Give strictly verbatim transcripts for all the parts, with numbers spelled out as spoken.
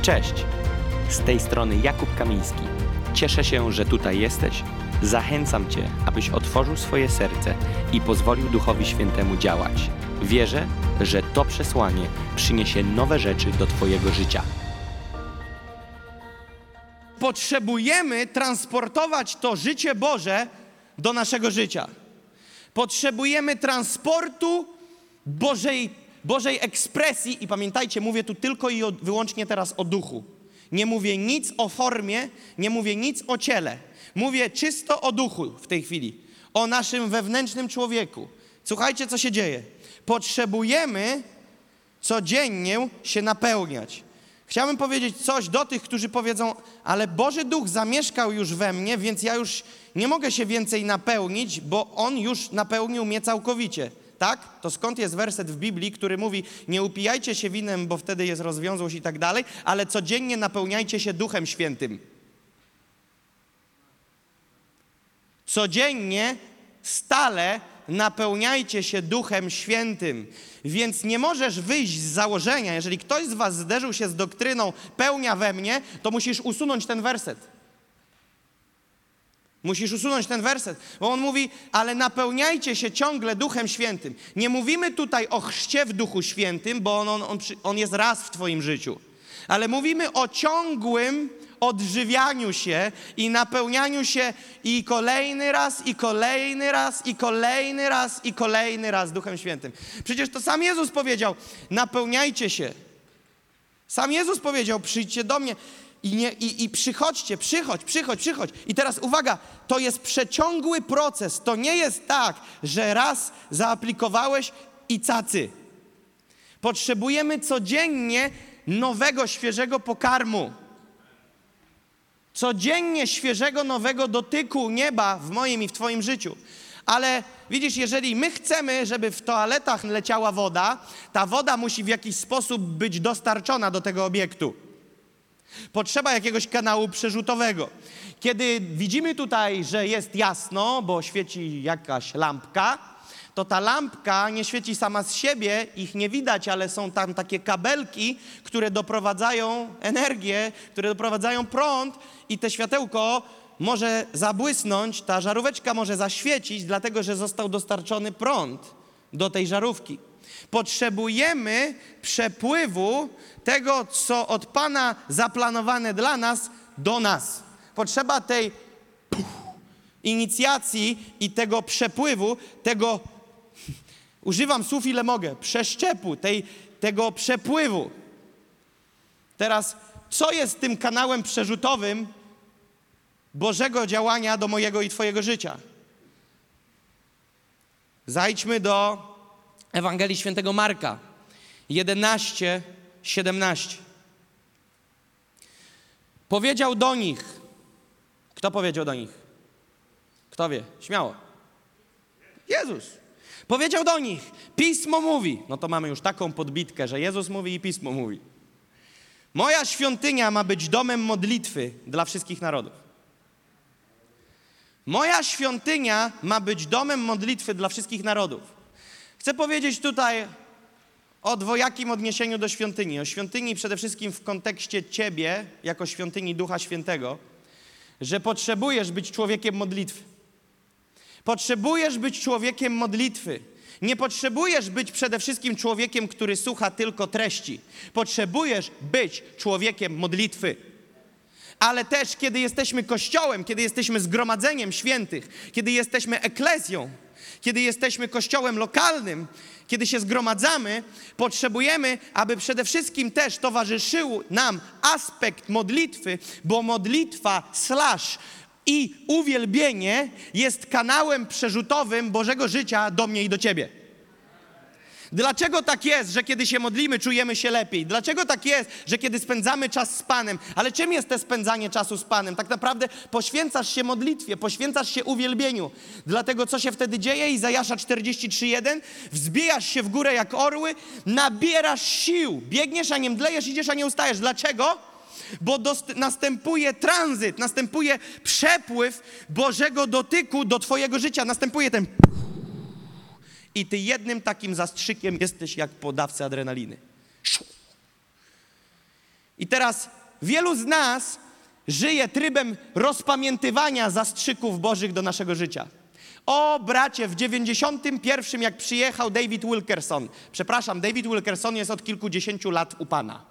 Cześć! Z tej strony Jakub Kamiński. Cieszę się, że tutaj jesteś. Zachęcam Cię, abyś otworzył swoje serce i pozwolił Duchowi Świętemu działać. Wierzę, że to przesłanie przyniesie nowe rzeczy do Twojego życia. Potrzebujemy transportować to życie Boże do naszego życia. Potrzebujemy transportu Bożej, Bożej ekspresji i pamiętajcie, mówię tu tylko i o, wyłącznie teraz o duchu. Nie mówię nic o formie, nie mówię nic o ciele. Mówię czysto o duchu w tej chwili, o naszym wewnętrznym człowieku. Słuchajcie, co się dzieje. Potrzebujemy codziennie się napełniać. Chciałbym powiedzieć coś do tych, którzy powiedzą, ale Boży Duch zamieszkał już we mnie, więc ja już nie mogę się więcej napełnić, bo On już napełnił mnie całkowicie. Tak? To skąd jest werset w Biblii, który mówi, nie upijajcie się winem, bo wtedy jest rozwiązłość i tak dalej, ale codziennie napełniajcie się Duchem Świętym. Codziennie, stale napełniajcie się Duchem Świętym. Więc nie możesz wyjść z założenia, jeżeli ktoś z was zderzył się z doktryną pełnia we mnie, to musisz usunąć ten werset. Musisz usunąć ten werset, bo on mówi, ale napełniajcie się ciągle Duchem Świętym. Nie mówimy tutaj o chrzcie w Duchu Świętym, bo on, on, on, on jest raz w twoim życiu. Ale mówimy o ciągłym odżywianiu się i napełnianiu się i kolejny raz, i kolejny raz, i kolejny raz, i kolejny raz Duchem Świętym. Przecież to sam Jezus powiedział, napełniajcie się. Sam Jezus powiedział, przyjdźcie do mnie i, nie, i, i przychodźcie, przychodź, przychodź, przychodź. I teraz uwaga, to jest przeciągły proces. To nie jest tak, że raz zaaplikowałeś i cacy. Potrzebujemy codziennie nowego, świeżego pokarmu. Codziennie świeżego, nowego dotyku nieba w moim i w twoim życiu. Ale widzisz, jeżeli my chcemy, żeby w toaletach leciała woda, ta woda musi w jakiś sposób być dostarczona do tego obiektu. Potrzeba jakiegoś kanału przerzutowego. Kiedy widzimy tutaj, że jest jasno, bo świeci jakaś lampka, to ta lampka nie świeci sama z siebie, ich nie widać, ale są tam takie kabelki, które doprowadzają energię, które doprowadzają prąd i te światełko może zabłysnąć, ta żaróweczka może zaświecić, dlatego że został dostarczony prąd do tej żarówki. Potrzebujemy przepływu tego, co od Pana zaplanowane dla nas, do nas. Potrzeba tej puf, inicjacji i tego przepływu, tego, używam słów ile mogę, przeszczepu, tej, tego przepływu. Teraz, co jest tym kanałem przerzutowym Bożego działania do mojego i twojego życia? Zajdźmy do Ewangelii Świętego Marka, jedenaście, siedemnaście. Powiedział do nich, kto powiedział do nich? Kto wie? Śmiało. Jezus. Powiedział do nich, Pismo mówi, no to mamy już taką podbitkę, że Jezus mówi i Pismo mówi. Moja świątynia ma być domem modlitwy dla wszystkich narodów. Moja świątynia ma być domem modlitwy dla wszystkich narodów. Chcę powiedzieć tutaj o dwojakim odniesieniu do świątyni. O świątyni przede wszystkim w kontekście ciebie, jako świątyni Ducha Świętego, że potrzebujesz być człowiekiem modlitwy. Potrzebujesz być człowiekiem modlitwy. Nie potrzebujesz być przede wszystkim człowiekiem, który słucha tylko treści. Potrzebujesz być człowiekiem modlitwy. Ale też, kiedy jesteśmy Kościołem, kiedy jesteśmy zgromadzeniem świętych, kiedy jesteśmy eklezją, kiedy jesteśmy kościołem lokalnym, kiedy się zgromadzamy, potrzebujemy, aby przede wszystkim też towarzyszył nam aspekt modlitwy, bo modlitwa slash i uwielbienie jest kanałem przerzutowym Bożego życia do mnie i do ciebie. Dlaczego tak jest, że kiedy się modlimy, czujemy się lepiej? Dlaczego tak jest, że kiedy spędzamy czas z Panem? Ale czym jest to spędzanie czasu z Panem? Tak naprawdę poświęcasz się modlitwie, poświęcasz się uwielbieniu. Dlatego co się wtedy dzieje? Izajasza czterdzieści trzy jeden. Wzbijasz się w górę jak orły, nabierasz sił. Biegniesz, a nie mdlejesz, idziesz, a nie ustajesz. Dlaczego? Bo dost- następuje tranzyt, następuje przepływ Bożego dotyku do twojego życia. Następuje ten... I ty jednym takim zastrzykiem jesteś jak po dawce adrenaliny. I teraz wielu z nas żyje trybem rozpamiętywania zastrzyków Bożych do naszego życia. O bracie, w dziewięćdziesiątym pierwszym jak przyjechał David Wilkerson, przepraszam, David Wilkerson jest od kilkudziesięciu lat u Pana.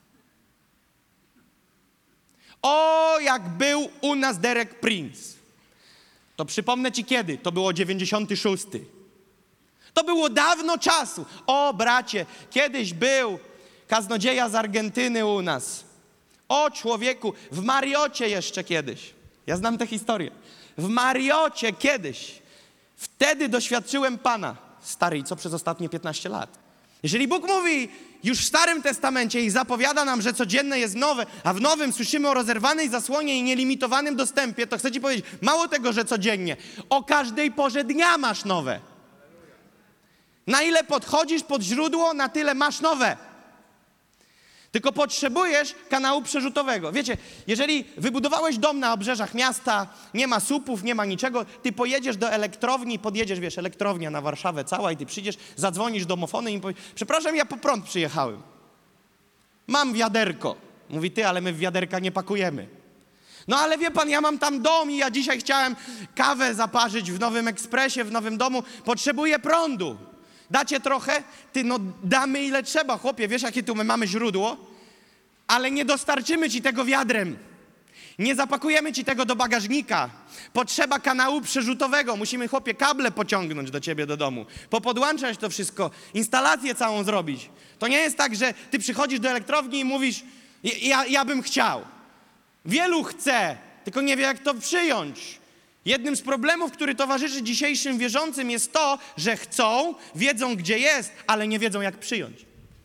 O, jak był u nas Derek Prince. To przypomnę ci kiedy, to było dziewięćdziesiąty szósty. To było dawno czasu. O bracie, kiedyś był kaznodzieja z Argentyny u nas. O człowieku, w Mariocie jeszcze kiedyś. Ja znam tę historię. W Mariocie kiedyś. Wtedy doświadczyłem Pana. Stary, i co przez ostatnie piętnaście lat? Jeżeli Bóg mówi już w Starym Testamencie i zapowiada nam, że codzienne jest nowe, a w Nowym słyszymy o rozerwanej zasłonie i nielimitowanym dostępie, to chcę ci powiedzieć, mało tego, że codziennie, o każdej porze dnia masz nowe. Na ile podchodzisz pod źródło, na tyle masz nowe. Tylko potrzebujesz kanału przerzutowego. Wiecie, jeżeli wybudowałeś dom na obrzeżach miasta, nie ma słupów, nie ma niczego, ty pojedziesz do elektrowni, podjedziesz, wiesz, elektrownia na Warszawę cała i ty przyjdziesz, zadzwonisz domofony i im powiesz, przepraszam, ja po prąd przyjechałem. Mam wiaderko. Mówi, ty, ale my w wiaderka nie pakujemy. No ale wie pan, ja mam tam dom i ja dzisiaj chciałem kawę zaparzyć w Nowym Ekspresie, w nowym domu, potrzebuję prądu. Dacie trochę? Ty, no damy ile trzeba, chłopie, wiesz jakie tu my mamy źródło? Ale nie dostarczymy ci tego wiadrem. Nie zapakujemy ci tego do bagażnika. Potrzeba kanału przerzutowego. Musimy, chłopie, kable pociągnąć do ciebie do domu. Popodłączać to wszystko. Instalację całą zrobić. To nie jest tak, że ty przychodzisz do elektrowni i mówisz, ja, ja bym chciał. Wielu chce, tylko nie wie jak to przyjąć. Jednym z problemów, który towarzyszy dzisiejszym wierzącym jest to, że chcą, wiedzą gdzie jest, ale nie wiedzą jak przyjąć.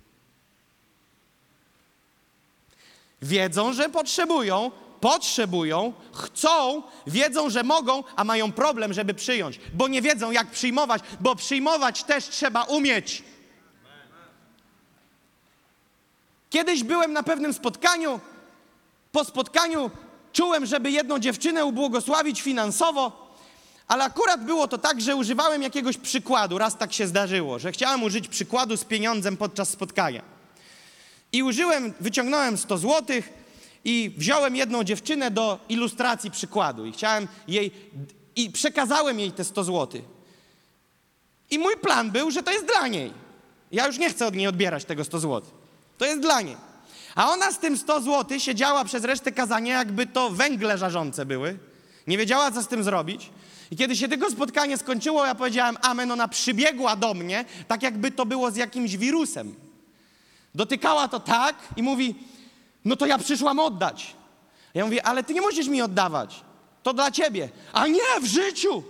Wiedzą, że potrzebują, potrzebują, chcą, wiedzą, że mogą, a mają problem, żeby przyjąć, bo nie wiedzą jak przyjmować, bo przyjmować też trzeba umieć. Kiedyś byłem na pewnym spotkaniu, po spotkaniu czułem, żeby jedną dziewczynę ubłogosławić finansowo, ale akurat było to tak, że używałem jakiegoś przykładu. Raz tak się zdarzyło, że chciałem użyć przykładu z pieniądzem podczas spotkania. I użyłem, wyciągnąłem sto złotych i wziąłem jedną dziewczynę do ilustracji przykładu. I chciałem jej, i przekazałem jej te sto złotych. I mój plan był, że to jest dla niej. Ja już nie chcę od niej odbierać tego sto złotych. To jest dla niej. A ona z tym sto złotych siedziała przez resztę kazania, jakby to węgle żarzące były. Nie wiedziała, co z tym zrobić. I kiedy się tego spotkanie skończyło, ja powiedziałem amen, ona przybiegła do mnie, tak jakby to było z jakimś wirusem. Dotykała to tak i mówi, no to ja przyszłam oddać. Ja mówię, ale ty nie musisz mi oddawać. To dla ciebie. A nie, w życiu.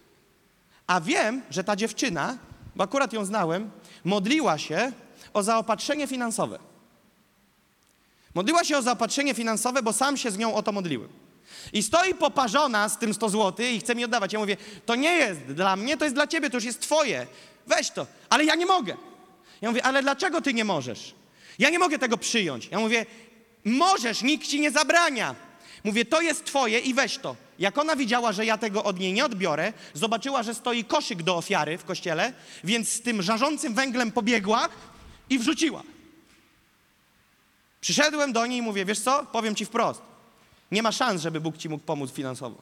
A wiem, że ta dziewczyna, bo akurat ją znałem, modliła się o zaopatrzenie finansowe. Modliła się o zaopatrzenie finansowe, bo sam się z nią o to modliłem. I stoi poparzona z tym sto złotych i chce mi oddawać. Ja mówię, to nie jest dla mnie, to jest dla ciebie, to już jest twoje. Weź to. Ale ja nie mogę. Ja mówię, ale dlaczego ty nie możesz? Ja nie mogę tego przyjąć. Ja mówię, możesz, nikt ci nie zabrania. Mówię, to jest twoje i weź to. Jak ona widziała, że ja tego od niej nie odbiorę, zobaczyła, że stoi koszyk do ofiary w kościele, więc z tym żarzącym węglem pobiegła i wrzuciła. Przyszedłem do niej i mówię, wiesz co, powiem ci wprost, nie ma szans, żeby Bóg ci mógł pomóc finansowo.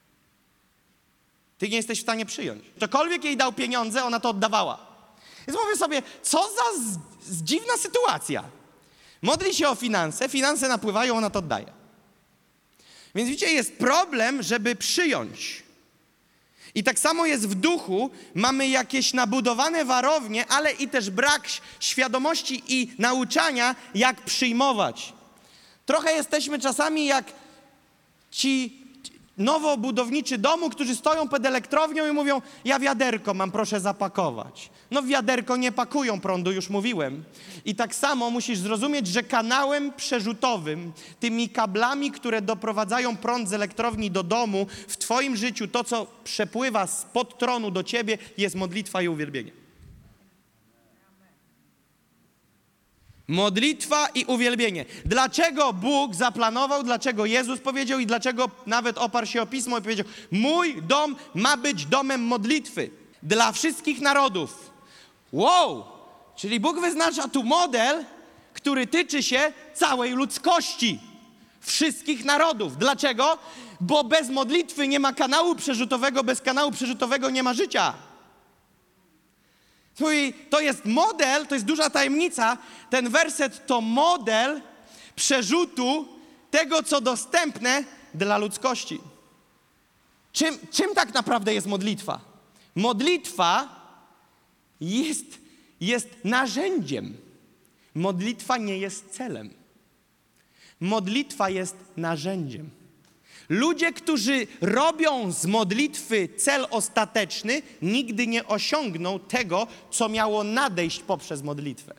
Ty nie jesteś w stanie przyjąć. Ktokolwiek jej dał pieniądze, ona to oddawała. Więc mówię sobie, co za z, z dziwna sytuacja. Modli się o finanse, finanse napływają, ona to oddaje. Więc widzicie, jest problem, żeby przyjąć. I tak samo jest w duchu, mamy jakieś nabudowane warownie, ale i też brak świadomości i nauczania, jak przyjmować. Trochę jesteśmy czasami jak ci nowobudowniczy domu, którzy stoją pod elektrownią i mówią, ja wiaderko mam, proszę zapakować. No w wiaderko nie pakują prądu, już mówiłem. I tak samo musisz zrozumieć, że kanałem przerzutowym, tymi kablami, które doprowadzają prąd z elektrowni do domu, w twoim życiu to, co przepływa spod tronu do ciebie, jest modlitwa i uwielbienie. Modlitwa i uwielbienie. Dlaczego Bóg zaplanował, dlaczego Jezus powiedział i dlaczego nawet oparł się o Pismo i powiedział, mój dom ma być domem modlitwy dla wszystkich narodów. Wow! Czyli Bóg wyznacza tu model, który który tyczy się całej ludzkości, wszystkich narodów. Dlaczego? Bo bez modlitwy nie ma kanału przerzutowego, bez kanału przerzutowego nie ma życia. No i to jest model, to jest duża tajemnica. Ten werset to model przerzutu tego, co dostępne dla ludzkości. Czym, czym tak naprawdę jest modlitwa? Modlitwa jest, jest narzędziem. Modlitwa nie jest celem. Modlitwa jest narzędziem. Ludzie, którzy robią z modlitwy cel ostateczny, nigdy nie osiągną tego, co miało nadejść poprzez modlitwę.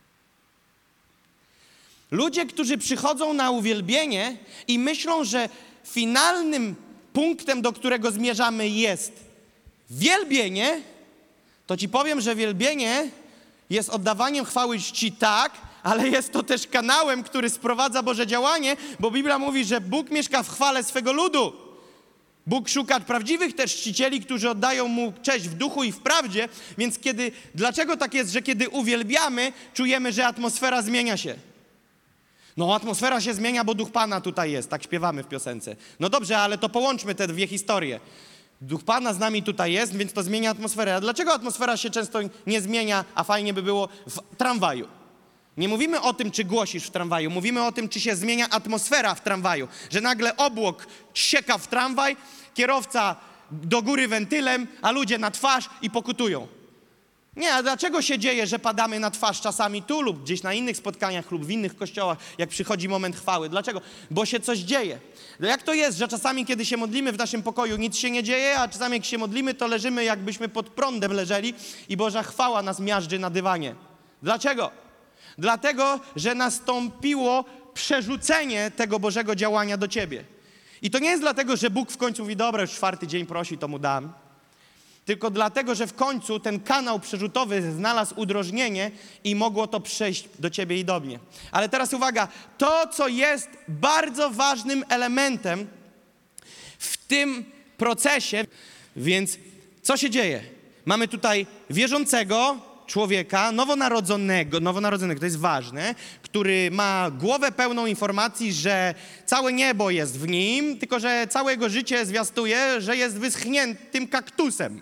Ludzie, którzy przychodzą na uwielbienie i myślą, że finalnym punktem, do którego zmierzamy, jest wielbienie, to ci powiem, że wielbienie jest oddawaniem chwały czci, tak, ale jest to też kanałem, który sprowadza Boże działanie, bo Biblia mówi, że Bóg mieszka w chwale swego ludu. Bóg szuka prawdziwych też czcicieli, którzy oddają Mu cześć w duchu i w prawdzie, więc kiedy, dlaczego tak jest, że kiedy uwielbiamy, czujemy, że atmosfera zmienia się? No atmosfera się zmienia, bo Duch Pana tutaj jest, tak śpiewamy w piosence. No dobrze, ale to połączmy te dwie historie. Duch Pana z nami tutaj jest, więc to zmienia atmosferę. A dlaczego atmosfera się często nie zmienia, a fajnie by było w tramwaju? Nie mówimy o tym, czy głosisz w tramwaju, mówimy o tym, czy się zmienia atmosfera w tramwaju. Że nagle obłok sieka w tramwaj, kierowca do góry wentylem, a ludzie na twarz i pokutują. Nie, a dlaczego się dzieje, że padamy na twarz czasami tu lub gdzieś na innych spotkaniach lub w innych kościołach, jak przychodzi moment chwały? Dlaczego? Bo się coś dzieje. No jak to jest, że czasami, kiedy się modlimy w naszym pokoju, nic się nie dzieje, a czasami jak się modlimy, to leżymy, jakbyśmy pod prądem leżeli i Boża chwała nas miażdży na dywanie. Dlaczego? Dlatego, że nastąpiło przerzucenie tego Bożego działania do ciebie. I to nie jest dlatego, że Bóg w końcu mówi, dobra, już czwarty dzień prosi, to mu dam. Tylko dlatego, że w końcu ten kanał przerzutowy znalazł udrożnienie i mogło to przejść do ciebie i do mnie. Ale teraz uwaga, to, co jest bardzo ważnym elementem w tym procesie, więc co się dzieje? Mamy tutaj wierzącego człowieka, nowonarodzonego, nowonarodzonego, to jest ważne, który ma głowę pełną informacji, że całe niebo jest w nim, tylko że całe jego życie zwiastuje, że jest wyschniętym kaktusem.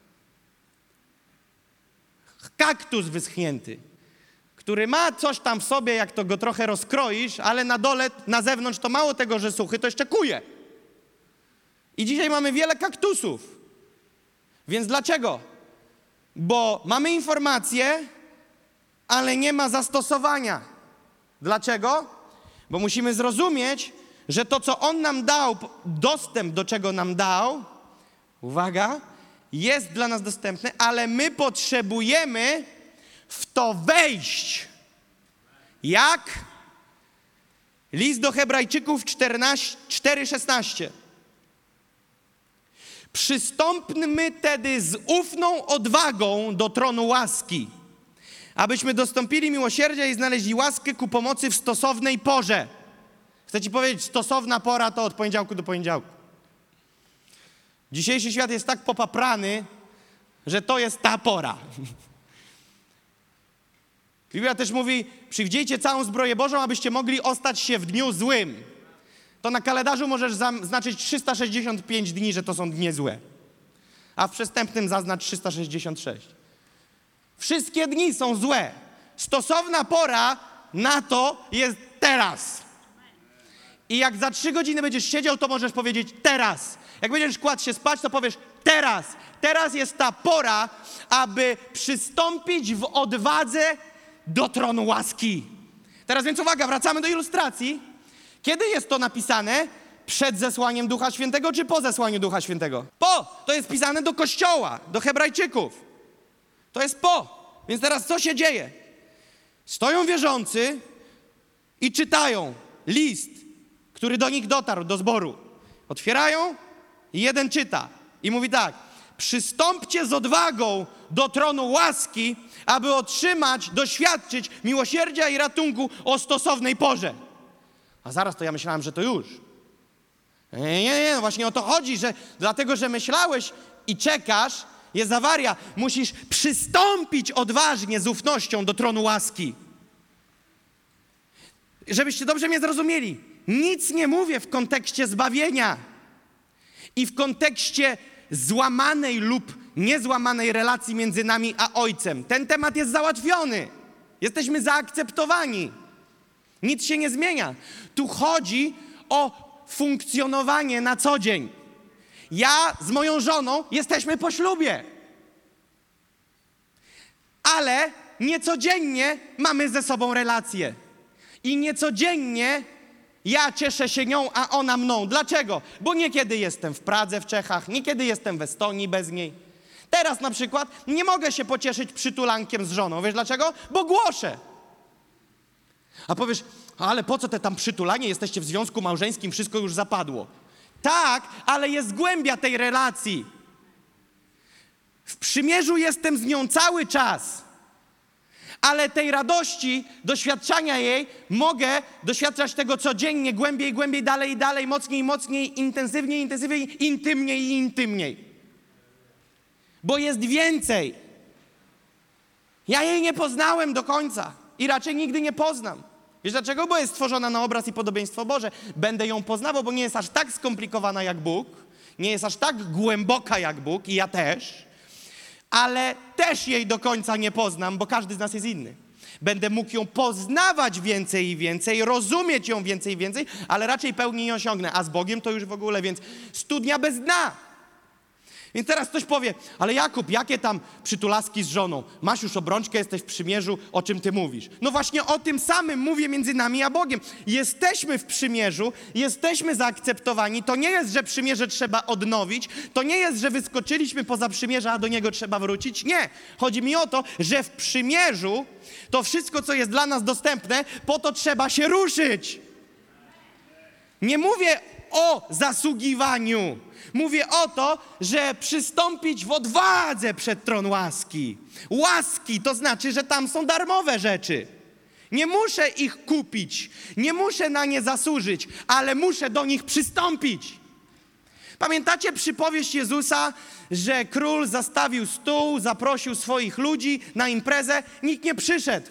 Kaktus wyschnięty, który ma coś tam w sobie, jak to go trochę rozkroisz, ale na dole, na zewnątrz to mało tego, że suchy, to jeszcze kuje. I dzisiaj mamy wiele kaktusów. Więc dlaczego? Bo mamy informacje, ale nie ma zastosowania. Dlaczego? Bo musimy zrozumieć, że to, co On nam dał, dostęp do czego nam dał, uwaga, jest dla nas dostępne, ale my potrzebujemy w to wejść. Jak? List do Hebrajczyków cztery szesnaście. Przystąpmy tedy z ufną odwagą do tronu łaski, abyśmy dostąpili miłosierdzia i znaleźli łaskę ku pomocy w stosownej porze. Chcę ci powiedzieć, stosowna pora to od poniedziałku do poniedziałku. Dzisiejszy świat jest tak popaprany, że to jest ta pora. Biblia też mówi, przywdziejcie całą zbroję Bożą, abyście mogli ostać się w dniu złym. To na kalendarzu możesz zaznaczyć trzysta sześćdziesiąt pięć dni, że to są dni złe. A w przestępnym zaznacz trzysta sześćdziesiąt sześć. Wszystkie dni są złe. Stosowna pora na to jest teraz. I jak za trzy godziny będziesz siedział, to możesz powiedzieć teraz. Jak będziesz kładł się spać, to powiesz teraz. Teraz jest ta pora, aby przystąpić w odwadze do tronu łaski. Teraz więc uwaga, wracamy do ilustracji. Kiedy jest to napisane? Przed zesłaniem Ducha Świętego czy po zesłaniu Ducha Świętego? Po! To jest pisane do Kościoła, do Hebrajczyków. To jest po. Więc teraz co się dzieje? Stoją wierzący i czytają list, który do nich dotarł, do zboru. Otwierają i jeden czyta i mówi tak. Przystąpcie z odwagą do tronu łaski, aby otrzymać, doświadczyć miłosierdzia i ratunku o stosownej porze. A zaraz to ja myślałem, że to już. Nie, nie, nie, no właśnie o to chodzi, że dlatego, że myślałeś i czekasz, jest awaria. Musisz przystąpić odważnie z ufnością do tronu łaski. żebyście dobrze mnie zrozumieli, nic nie mówię w kontekście zbawienia i w kontekście złamanej lub niezłamanej relacji między nami a Ojcem. Ten temat jest załatwiony. Jesteśmy zaakceptowani. Nic się nie zmienia. Tu chodzi o funkcjonowanie na co dzień. Ja z moją żoną jesteśmy po ślubie. Ale niecodziennie mamy ze sobą relacje. I niecodziennie ja cieszę się nią, a ona mną. Dlaczego? Bo niekiedy jestem w Pradze, w Czechach, niekiedy jestem w Estonii bez niej. Teraz na przykład nie mogę się pocieszyć przytulankiem z żoną. Wiesz dlaczego? Bo głoszę. A powiesz, ale po co te tam przytulanie? Jesteście w związku małżeńskim, wszystko już zapadło. Tak, ale jest głębia tej relacji. W przymierzu jestem z nią cały czas. Ale tej radości, doświadczania jej, mogę doświadczać tego codziennie, głębiej, głębiej, dalej i dalej, mocniej, mocniej, intensywniej, intensywniej, intymniej i intymniej. Bo jest więcej. Ja jej nie poznałem do końca i raczej nigdy nie poznam. Wiesz dlaczego? Bo jest stworzona na obraz i podobieństwo Boże. Będę ją poznawał, bo nie jest aż tak skomplikowana jak Bóg, nie jest aż tak głęboka jak Bóg i ja też, ale też jej do końca nie poznam, bo każdy z nas jest inny. Będę mógł ją poznawać więcej i więcej, rozumieć ją więcej i więcej, ale raczej pełni nie osiągnę. A z Bogiem to już w ogóle, więc studnia bez dna. Więc teraz ktoś powie, ale Jakub, jakie tam przytulaski z żoną? Masz już obrączkę, jesteś w przymierzu, o czym ty mówisz? No właśnie o tym samym mówię między nami a Bogiem. Jesteśmy w przymierzu, jesteśmy zaakceptowani. To nie jest, że przymierze trzeba odnowić. To nie jest, że wyskoczyliśmy poza przymierze, a do niego trzeba wrócić. Nie. Chodzi mi o to, że w przymierzu to wszystko, co jest dla nas dostępne, po to trzeba się ruszyć. Nie mówię o zasługiwaniu. Mówię o to, że przystąpić w odwadze przed tron łaski. Łaski to znaczy, że tam są darmowe rzeczy. Nie muszę ich kupić, nie muszę na nie zasłużyć, ale muszę do nich przystąpić. Pamiętacie przypowieść Jezusa, że król zastawił stół, zaprosił swoich ludzi na imprezę, nikt nie przyszedł.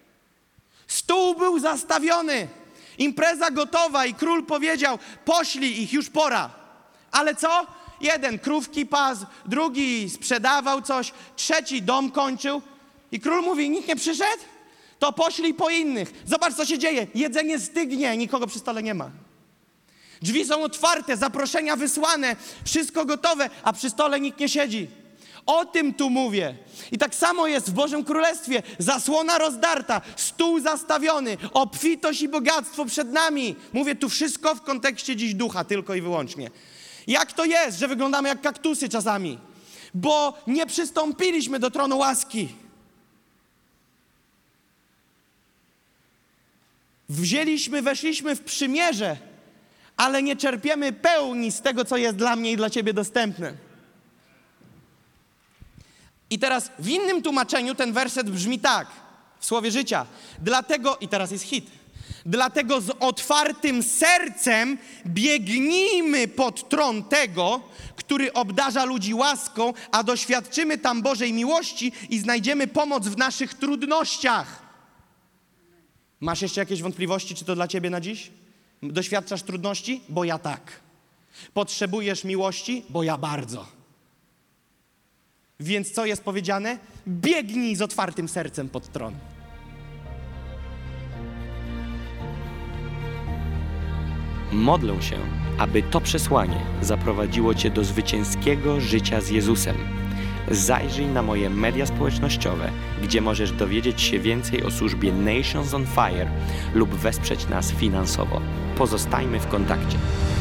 Stół był zastawiony, impreza gotowa i król powiedział, poślij ich, już pora. Ale co? Jeden krówki pasł, drugi sprzedawał coś, trzeci dom kończył. I król mówi, nikt nie przyszedł? To poślij po innych. Zobacz, co się dzieje. Jedzenie stygnie, nikogo przy stole nie ma. Drzwi są otwarte, zaproszenia wysłane, wszystko gotowe, a przy stole nikt nie siedzi. O tym tu mówię. I tak samo jest w Bożym Królestwie. Zasłona rozdarta, stół zastawiony, obfitość i bogactwo przed nami. Mówię tu wszystko w kontekście dziś ducha, tylko i wyłącznie. Jak to jest, że wyglądamy jak kaktusy czasami? Bo nie przystąpiliśmy do tronu łaski. Wzięliśmy, weszliśmy w przymierze, ale nie czerpiemy pełni z tego, co jest dla mnie i dla ciebie dostępne. I teraz w innym tłumaczeniu ten werset brzmi tak, w Słowie Życia. Dlatego, i teraz jest hit, dlatego z otwartym sercem biegnijmy pod tron tego, który obdarza ludzi łaską, a doświadczymy tam Bożej miłości i znajdziemy pomoc w naszych trudnościach. Masz jeszcze jakieś wątpliwości, czy to dla ciebie na dziś? Doświadczasz trudności? Bo ja tak. Potrzebujesz miłości? Bo ja bardzo. Więc co jest powiedziane? Biegnij z otwartym sercem pod tron. Modlę się, aby to przesłanie zaprowadziło cię do zwycięskiego życia z Jezusem. Zajrzyj na moje media społecznościowe, gdzie możesz dowiedzieć się więcej o służbie Nations on Fire lub wesprzeć nas finansowo. Pozostajmy w kontakcie.